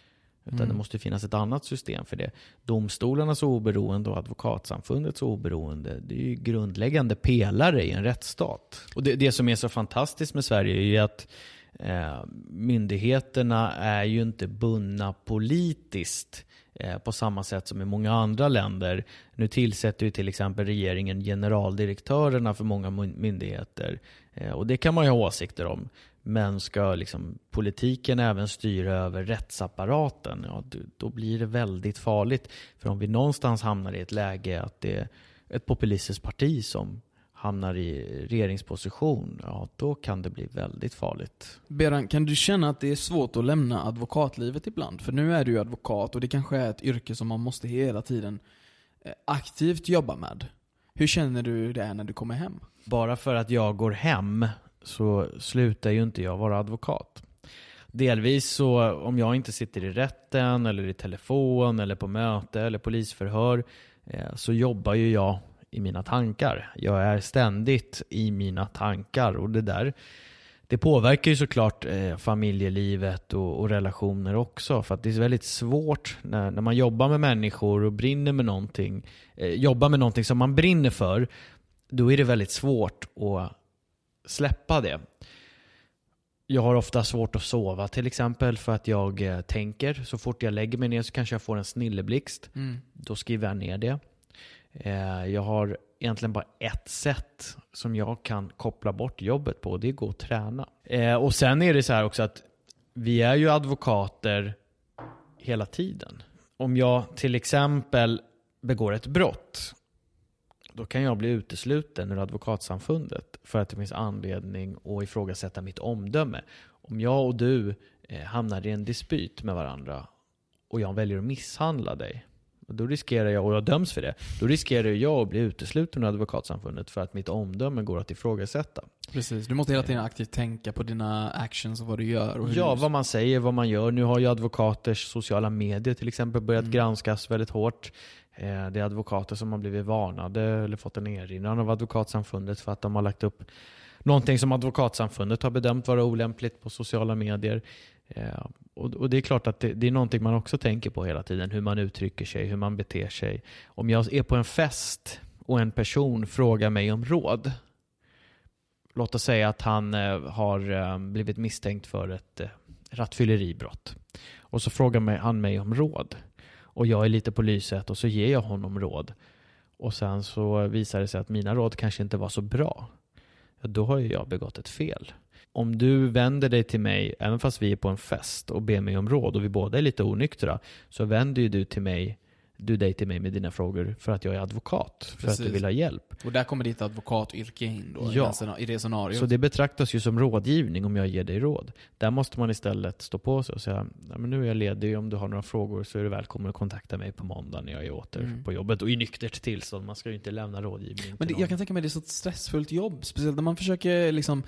Utan Mm. det måste finnas ett annat system för det. Domstolarnas oberoende och advokatsamfundets oberoende, det är ju grundläggande pelare i en rättsstat. Och det, det som är så fantastiskt med Sverige är ju att eh, myndigheterna är ju inte bundna politiskt eh, på samma sätt som i många andra länder. Nu tillsätter ju till exempel regeringen generaldirektörerna för många myndigheter. Eh, och det kan man ju ha åsikter om. Men ska liksom politiken även styra över rättsapparaten, ja, då blir det väldigt farligt. För om vi någonstans hamnar i ett läge att det är ett populistiskt parti som hamnar i regeringsposition, ja, då kan det bli väldigt farligt. Beran, kan du känna att det är svårt att lämna advokatlivet ibland? För nu är du ju advokat och det kanske är ett yrke som man måste hela tiden aktivt jobba med. Hur känner du det när du kommer hem? Bara för att jag går hem så slutar ju inte jag vara advokat. Delvis så om jag inte sitter i rätten eller i telefon eller på möte eller polisförhör eh, så jobbar ju jag i mina tankar. Jag är ständigt i mina tankar och det där det påverkar ju såklart eh, familjelivet och, och relationer också. För att det är väldigt svårt när, när man jobbar med människor och brinner med någonting, eh, jobbar med någonting som man brinner för, då är det väldigt svårt att släppa det. Jag har ofta svårt att sova till exempel för att jag eh, tänker. Så fort jag lägger mig ner så kanske jag får en snilleblixt. Mm. Då skriver jag ner det. Eh, jag har egentligen bara ett sätt som jag kan koppla bort jobbet på. Det är att gå och träna. Eh, och sen är det så här också att vi är ju advokater hela tiden. Om jag till exempel begår ett brott, då kan jag bli utesluten ur advokatsamfundet för att det finns anledning att ifrågasätta mitt omdöme. Om jag och du eh, hamnar i en dispyt med varandra och jag väljer att misshandla dig, då riskerar jag, och jag döms för det, då riskerar jag att bli utesluten ur advokatsamfundet för att mitt omdöme går att ifrågasätta. Precis, du måste hela tiden aktivt tänka på dina actions och vad du gör. Och hur Ja, du... vad man säger, vad man gör. Nu har ju advokaters sociala medier till exempel börjat mm. granskas väldigt hårt. Det är advokater som har blivit varnade eller fått en erinran av advokatsamfundet för att de har lagt upp någonting som advokatsamfundet har bedömt vara olämpligt på sociala medier. Och det är klart att det är någonting man också tänker på hela tiden. Hur man uttrycker sig, hur man beter sig. Om jag är på en fest och en person frågar mig om råd. Låt oss säga att han har blivit misstänkt för ett rattfylleribrott. Och så frågar han mig om råd. Och jag är lite på lyset och så ger jag honom råd. Och sen så visar det sig att mina råd kanske inte var så bra. Då har ju jag begått ett fel. Om du vänder dig till mig, även fast vi är på en fest och ber mig om råd och vi båda är lite onyktra, så vänder ju du till mig, du dig till mig med dina frågor för att jag är advokat. För Precis. Att du vill ha hjälp. Och där kommer ditt advokatyrke in då, ja. i det scenariot. Så det betraktas ju som rådgivning om jag ger dig råd. Där måste man istället stå på sig och säga, ja, men nu är jag ledig, om du har några frågor så är du välkommen att kontakta mig på måndag när jag är åter mm. på jobbet. Och i nyktert tillstånd, man ska ju inte lämna rådgivning. Men det, jag kan tänka mig att det är så ett stressfullt jobb, speciellt när man försöker liksom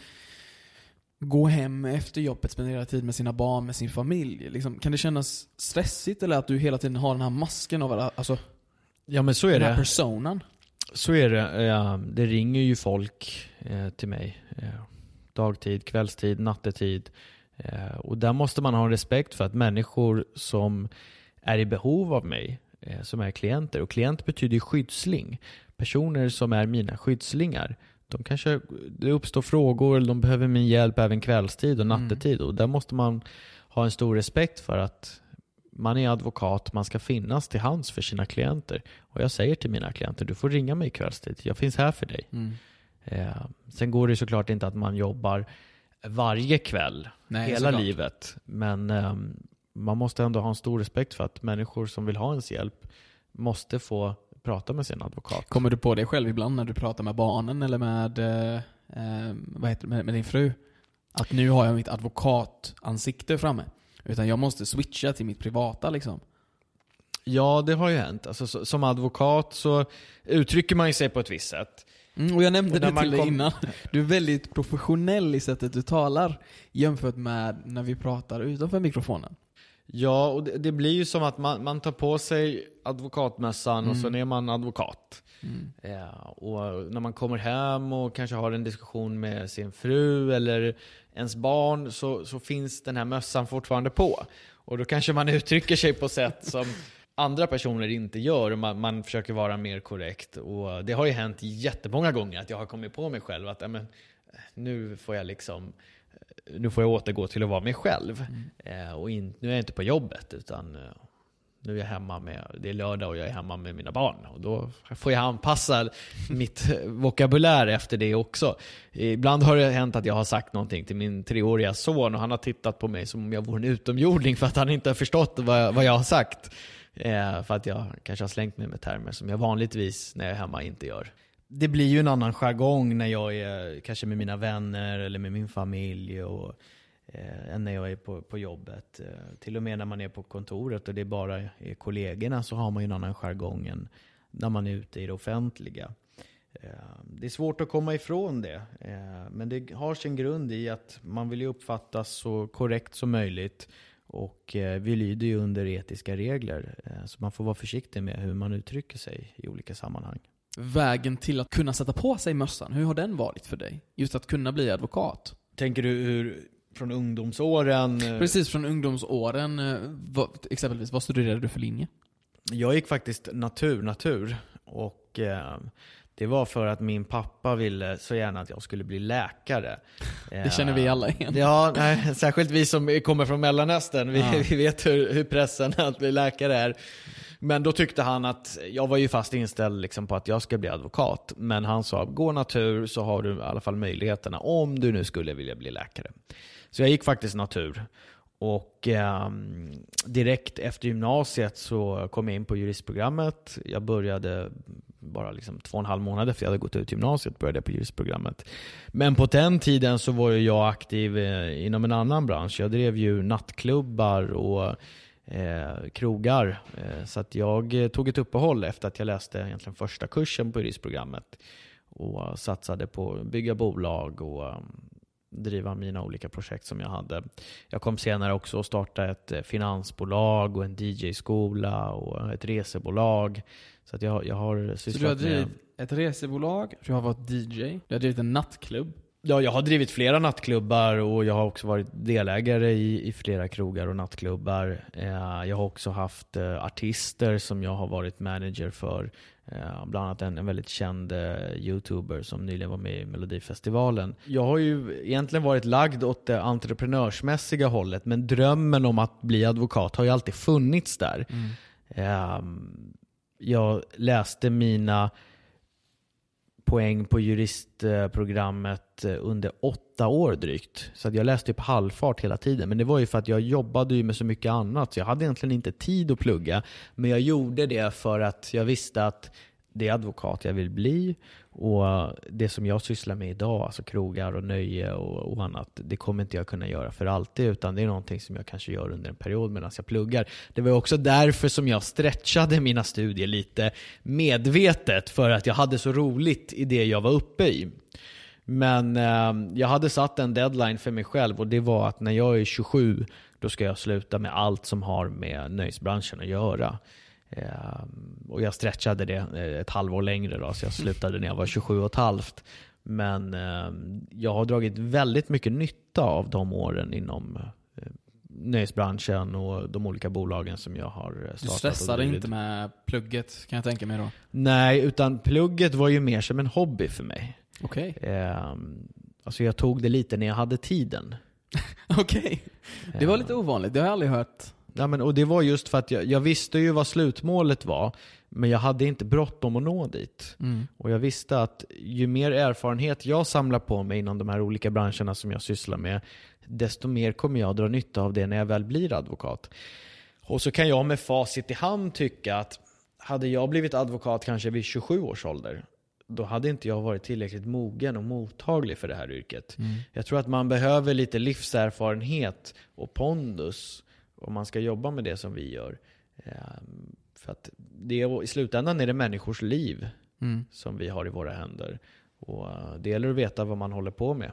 gå hem efter jobbet, spendera tid med sina barn, med sin familj. Liksom, kan det kännas stressigt eller att du hela tiden har den här masken av alltså, ja, men så är den här det. personen? Så är det. Ja, det ringer ju folk eh, till mig. Eh, dagtid, kvällstid, nattetid. Eh, och där måste man ha respekt för att människor som är i behov av mig, eh, som är klienter. Och klient betyder ju skyddsling. Personer som är mina skyddslingar. De kanske, det uppstår frågor, eller de behöver min hjälp även kvällstid och nattetid. Mm. Och där måste man ha en stor respekt för att man är advokat, man ska finnas till hands för sina klienter. Och jag säger till mina klienter, du får ringa mig kvällstid, jag finns här för dig. Mm. Eh, sen går det såklart inte att man jobbar varje kväll, Nej, hela såklart. livet. Men eh, man måste ändå ha en stor respekt för att människor som vill ha ens hjälp måste få prata med sin advokat. Kommer du på det själv ibland när du pratar med barnen eller med, eh, vad heter det, med, med din fru? Att nu har jag mitt advokatansikte framme. Utan jag måste switcha till mitt privata liksom. Ja, det har ju hänt. Alltså, så, som advokat så uttrycker man ju sig på ett visst sätt. Mm, och jag nämnde och det till dig kom... innan. Du är väldigt professionell i sättet du talar jämfört med när vi pratar utanför mikrofonen. Ja, och det, det blir ju som att man, man tar på sig advokatmössan mm. och så är man advokat. Mm. Ja, och när man kommer hem och kanske har en diskussion med sin fru eller ens barn så, så finns den här mössan fortfarande på. Och då kanske man uttrycker sig på sätt som andra personer inte gör. Man, man försöker vara mer korrekt. Och det har ju hänt jättemånga gånger att jag har kommit på mig själv att men, nu får jag liksom nu får jag återgå till att vara mig själv. Mm. Eh, och in, nu är jag inte på jobbet utan nu är jag hemma med, det är lördag och jag är hemma med mina barn. Och då får jag anpassa mitt vokabulär efter det också. Ibland har det hänt att jag har sagt någonting till min treåriga son och han har tittat på mig som om jag vore en utomjording för att han inte har förstått vad, vad jag har sagt. Eh, för att jag kanske har slängt mig med termer som jag vanligtvis när jag är hemma inte gör. Det blir ju en annan jargong när jag är kanske med mina vänner eller med min familj och eh, än när jag är på, på jobbet. Eh, till och med när man är på kontoret och det är bara är kollegorna så har man ju en annan jargong än när man är ute i det offentliga. Eh, det är svårt att komma ifrån det. Eh, men det har sin grund i att man vill ju uppfattas så korrekt som möjligt. Och eh, vi lyder ju under etiska regler. Eh, så man får vara försiktig med hur man uttrycker sig i olika sammanhang. Vägen till att kunna sätta på sig mössan, hur har den varit för dig? Just att kunna bli advokat. Tänker du hur, från ungdomsåren? Precis, från ungdomsåren. Vad, exempelvis, vad studerade du för linje? Jag gick faktiskt natur, natur. Och eh, det var för att min pappa ville så gärna att jag skulle bli läkare. Det känner vi alla igen. Ja, nej, särskilt vi som kommer från Mellanöstern. Vi, ja. vi vet hur, hur pressen att bli läkare är. Men då tyckte han att jag var ju fast inställd liksom på att jag ska bli advokat. Men han sa, gå natur så har du i alla fall möjligheterna om du nu skulle vilja bli läkare. Så jag gick faktiskt natur. Och eh, direkt efter gymnasiet så kom jag in på juristprogrammet. Jag började bara liksom två och en halv månad efter jag hade gått ut gymnasiet började jag på juristprogrammet. Men på den tiden så var jag aktiv eh, inom en annan bransch. Jag drev ju nattklubbar och Eh, krogar. Eh, så att jag eh, tog ett uppehåll efter att jag läste egentligen första kursen på juristprogrammet och uh, satsade på att bygga bolag och um, driva mina olika projekt som jag hade. Jag kom senare också att starta ett eh, finansbolag och en D J-skola och ett resebolag. Så att jag, jag har sysslat med... Så du har drivit ett resebolag, du har varit D J, du har drivit en nattklubb. Ja, jag har drivit flera nattklubbar och jag har också varit delägare i, i flera krogar och nattklubbar. Eh, jag har också haft eh, artister som jag har varit manager för. Eh, bland annat en, en väldigt känd eh, YouTuber som nyligen var med i Melodifestivalen. Jag har ju egentligen varit lagd åt det entreprenörsmässiga hållet, men drömmen om att bli advokat har ju alltid funnits där. Mm. Eh, jag läste mina poäng på juristprogrammet under åtta år drygt. Så att jag läste på halvfart hela tiden. Men det var ju för att jag jobbade ju med så mycket annat. Så jag hade egentligen inte tid att plugga. Men jag gjorde det för att jag visste att det är advokat jag vill bli. Och det som jag sysslar med idag, alltså krogar och nöje och, och annat, det kommer inte jag kunna göra för alltid, utan det är någonting som jag kanske gör under en period medan jag pluggar. Det var också därför som jag stretchade mina studier lite medvetet, för att jag hade så roligt i det jag var uppe i. Men eh, jag hade satt en deadline för mig själv, och det var att när jag är tjugosju, då ska jag sluta med allt som har med nöjesbranschen att göra. Uh, och jag stretchade det ett halvår längre då, så jag slutade när jag var tjugosju och ett halvt. Men uh, jag har dragit väldigt mycket nytta av de åren inom uh, nöjesbranschen och de olika bolagen som jag har startat. Du stressade inte med plugget, kan jag tänka mig då? Nej, utan plugget var ju mer som en hobby för mig. Okej. Okay. Uh, alltså jag tog det lite när jag hade tiden. Okej. Okay. Det var lite ovanligt, det har jag aldrig hört. Ja, men, och det var just för att jag, jag visste ju vad slutmålet var, men jag hade inte bråttom att nå dit. Mm. Och jag visste att ju mer erfarenhet jag samlar på mig inom de här olika branscherna som jag sysslar med, desto mer kommer jag dra nytta av det när jag väl blir advokat. Och så kan jag med facit i hand tycka att hade jag blivit advokat kanske vid tjugosju års ålder, då hade inte jag varit tillräckligt mogen och mottaglig för det här yrket. Mm. Jag tror att man behöver lite livserfarenhet och pondus om man ska jobba med det som vi gör. För att det är, i slutändan är det människors liv mm. som vi har i våra händer. Och det gäller att veta vad man håller på med.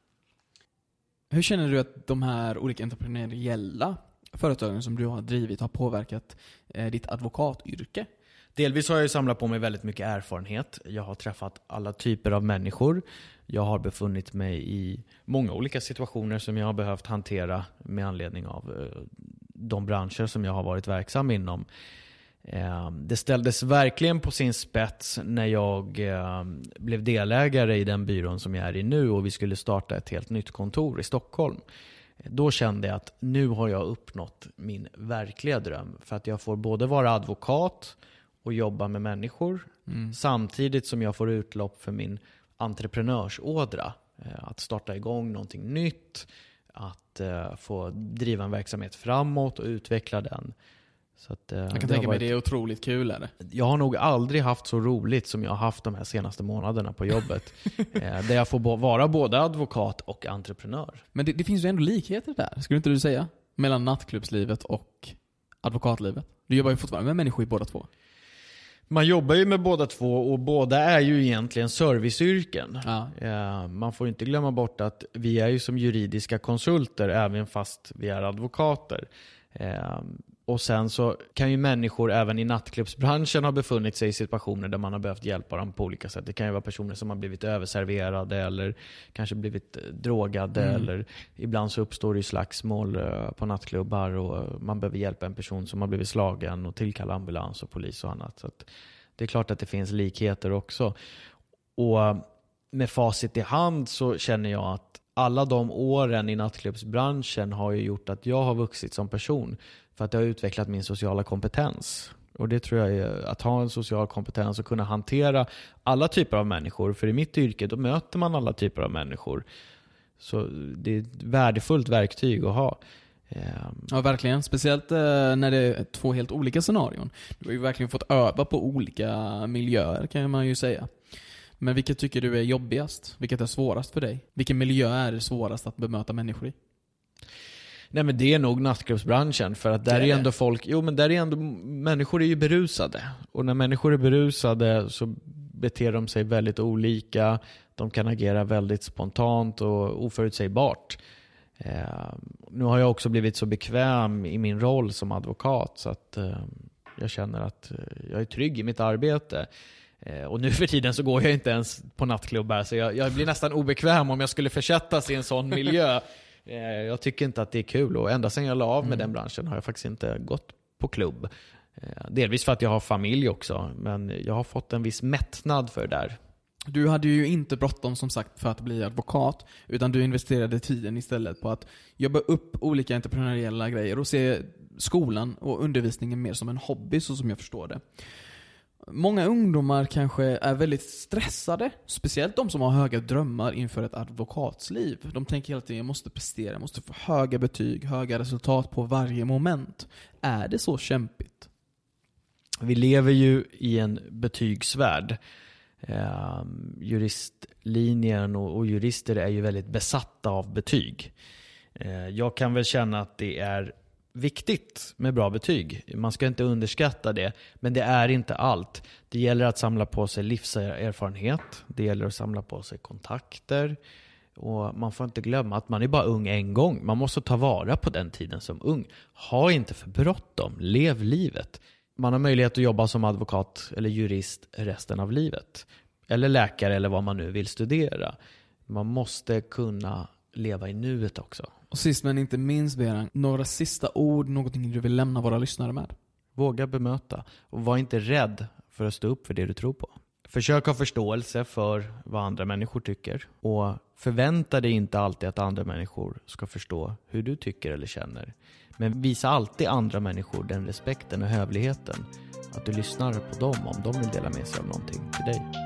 Hur känner du att de här olika entreprenöriella företagen som du har drivit har påverkat eh, ditt advokatyrke? Delvis har jag ju samlat på mig väldigt mycket erfarenhet. Jag har träffat alla typer av människor. Jag har befunnit mig i många olika situationer som jag har behövt hantera med anledning av de branscher som jag har varit verksam inom. Det ställdes verkligen på sin spets när jag blev delägare i den byrån som jag är i nu och vi skulle starta ett helt nytt kontor i Stockholm. Då kände jag att nu har jag uppnått min verkliga dröm. För att jag får både vara advokat och jobba med människor mm. samtidigt som jag får utlopp för min entreprenörsådra. Att starta igång någonting nytt, att få driva en verksamhet framåt och utveckla den. Så att, jag kan tänka mig varit... det är otroligt kul. Är det? Jag har nog aldrig haft så roligt som jag har haft de här senaste månaderna på jobbet. eh, där jag får bo- vara både advokat och entreprenör. Men det, det finns ju ändå likheter där, skulle inte du säga? Mellan nattklubbslivet och advokatlivet. Du jobbar ju fortfarande med människor i båda två. Man jobbar ju med båda två och båda är ju egentligen serviceyrken. Ja. Eh, man får inte glömma bort att vi är ju som juridiska konsulter även fast vi är advokater. Eh, Och sen så kan ju människor även i nattklubbsbranschen ha befunnit sig i situationer där man har behövt hjälpa dem på olika sätt. Det kan ju vara personer som har blivit överserverade eller kanske blivit drogade. Mm. Eller ibland så uppstår det ju slagsmål på nattklubbar och man behöver hjälpa en person som har blivit slagen och tillkalla ambulans och polis och annat. Så att det är klart att det finns likheter också. Och med facit i hand så känner jag att alla de åren i nattklubbsbranschen har ju gjort att jag har vuxit som person. För att jag har utvecklat min sociala kompetens. Och det tror jag är att ha en social kompetens och kunna hantera alla typer av människor. För i mitt yrke då möter man alla typer av människor. Så det är ett värdefullt verktyg att ha. Ja, verkligen. Speciellt när det är två helt olika scenarion. Du har ju verkligen fått öva på olika miljöer kan man ju säga. Men vilket tycker du är jobbigast? Vilket är svårast för dig? Vilken miljö är det svårast att bemöta människor i? Nej, men det är nog nattklubbsbranschen för att där är, är ändå folk, jo men där är ändå människor är ju berusade och när människor är berusade så beter de sig väldigt olika, de kan agera väldigt spontant och oförutsägbart. Eh, nu har jag också blivit så bekväm i min roll som advokat så att eh, jag känner att jag är trygg i mitt arbete. Eh, och nu för tiden så går jag inte ens på nattklubbar så jag, jag blir nästan obekväm om jag skulle försättas i en sån miljö. Jag tycker inte att det är kul och ända sedan jag la av med mm. den branschen har jag faktiskt inte gått på klubb. Delvis för att jag har familj också, men jag har fått en viss mättnad för det där. Du hade ju inte bråttom som sagt för att bli advokat, utan du investerade tiden istället på att jobba upp olika entreprenöriella grejer och se skolan och undervisningen mer som en hobby så som jag förstår det. Många ungdomar kanske är väldigt stressade, speciellt de som har höga drömmar inför ett advokatsliv. De tänker hela tiden, jag måste prestera, jag måste få höga betyg, höga resultat på varje moment. Är det så kämpigt? Vi lever ju i en betygsvärld. Eh, juristlinjen och, och jurister är ju väldigt besatta av betyg. Eh, jag kan väl känna att det är viktigt med bra betyg. Man ska inte underskatta det. Men det är inte allt. Det gäller att samla på sig livserfarenhet. Det gäller att samla på sig kontakter. Och man får inte glömma att man är bara ung en gång. Man måste ta vara på den tiden som ung. Ha inte för bråttom. Lev livet. Man har möjlighet att jobba som advokat eller jurist resten av livet. Eller läkare eller vad man nu vill studera. Man måste kunna leva i nuet också. Och sist men inte minst, Beran, några sista ord, någonting du vill lämna våra lyssnare med? Våga bemöta och var inte rädd för att stå upp för det du tror på. Försök ha förståelse för vad andra människor tycker och förvänta dig inte alltid att andra människor ska förstå hur du tycker eller känner. Men visa alltid andra människor den respekten och hövligheten att du lyssnar på dem om de vill dela med sig av någonting till dig.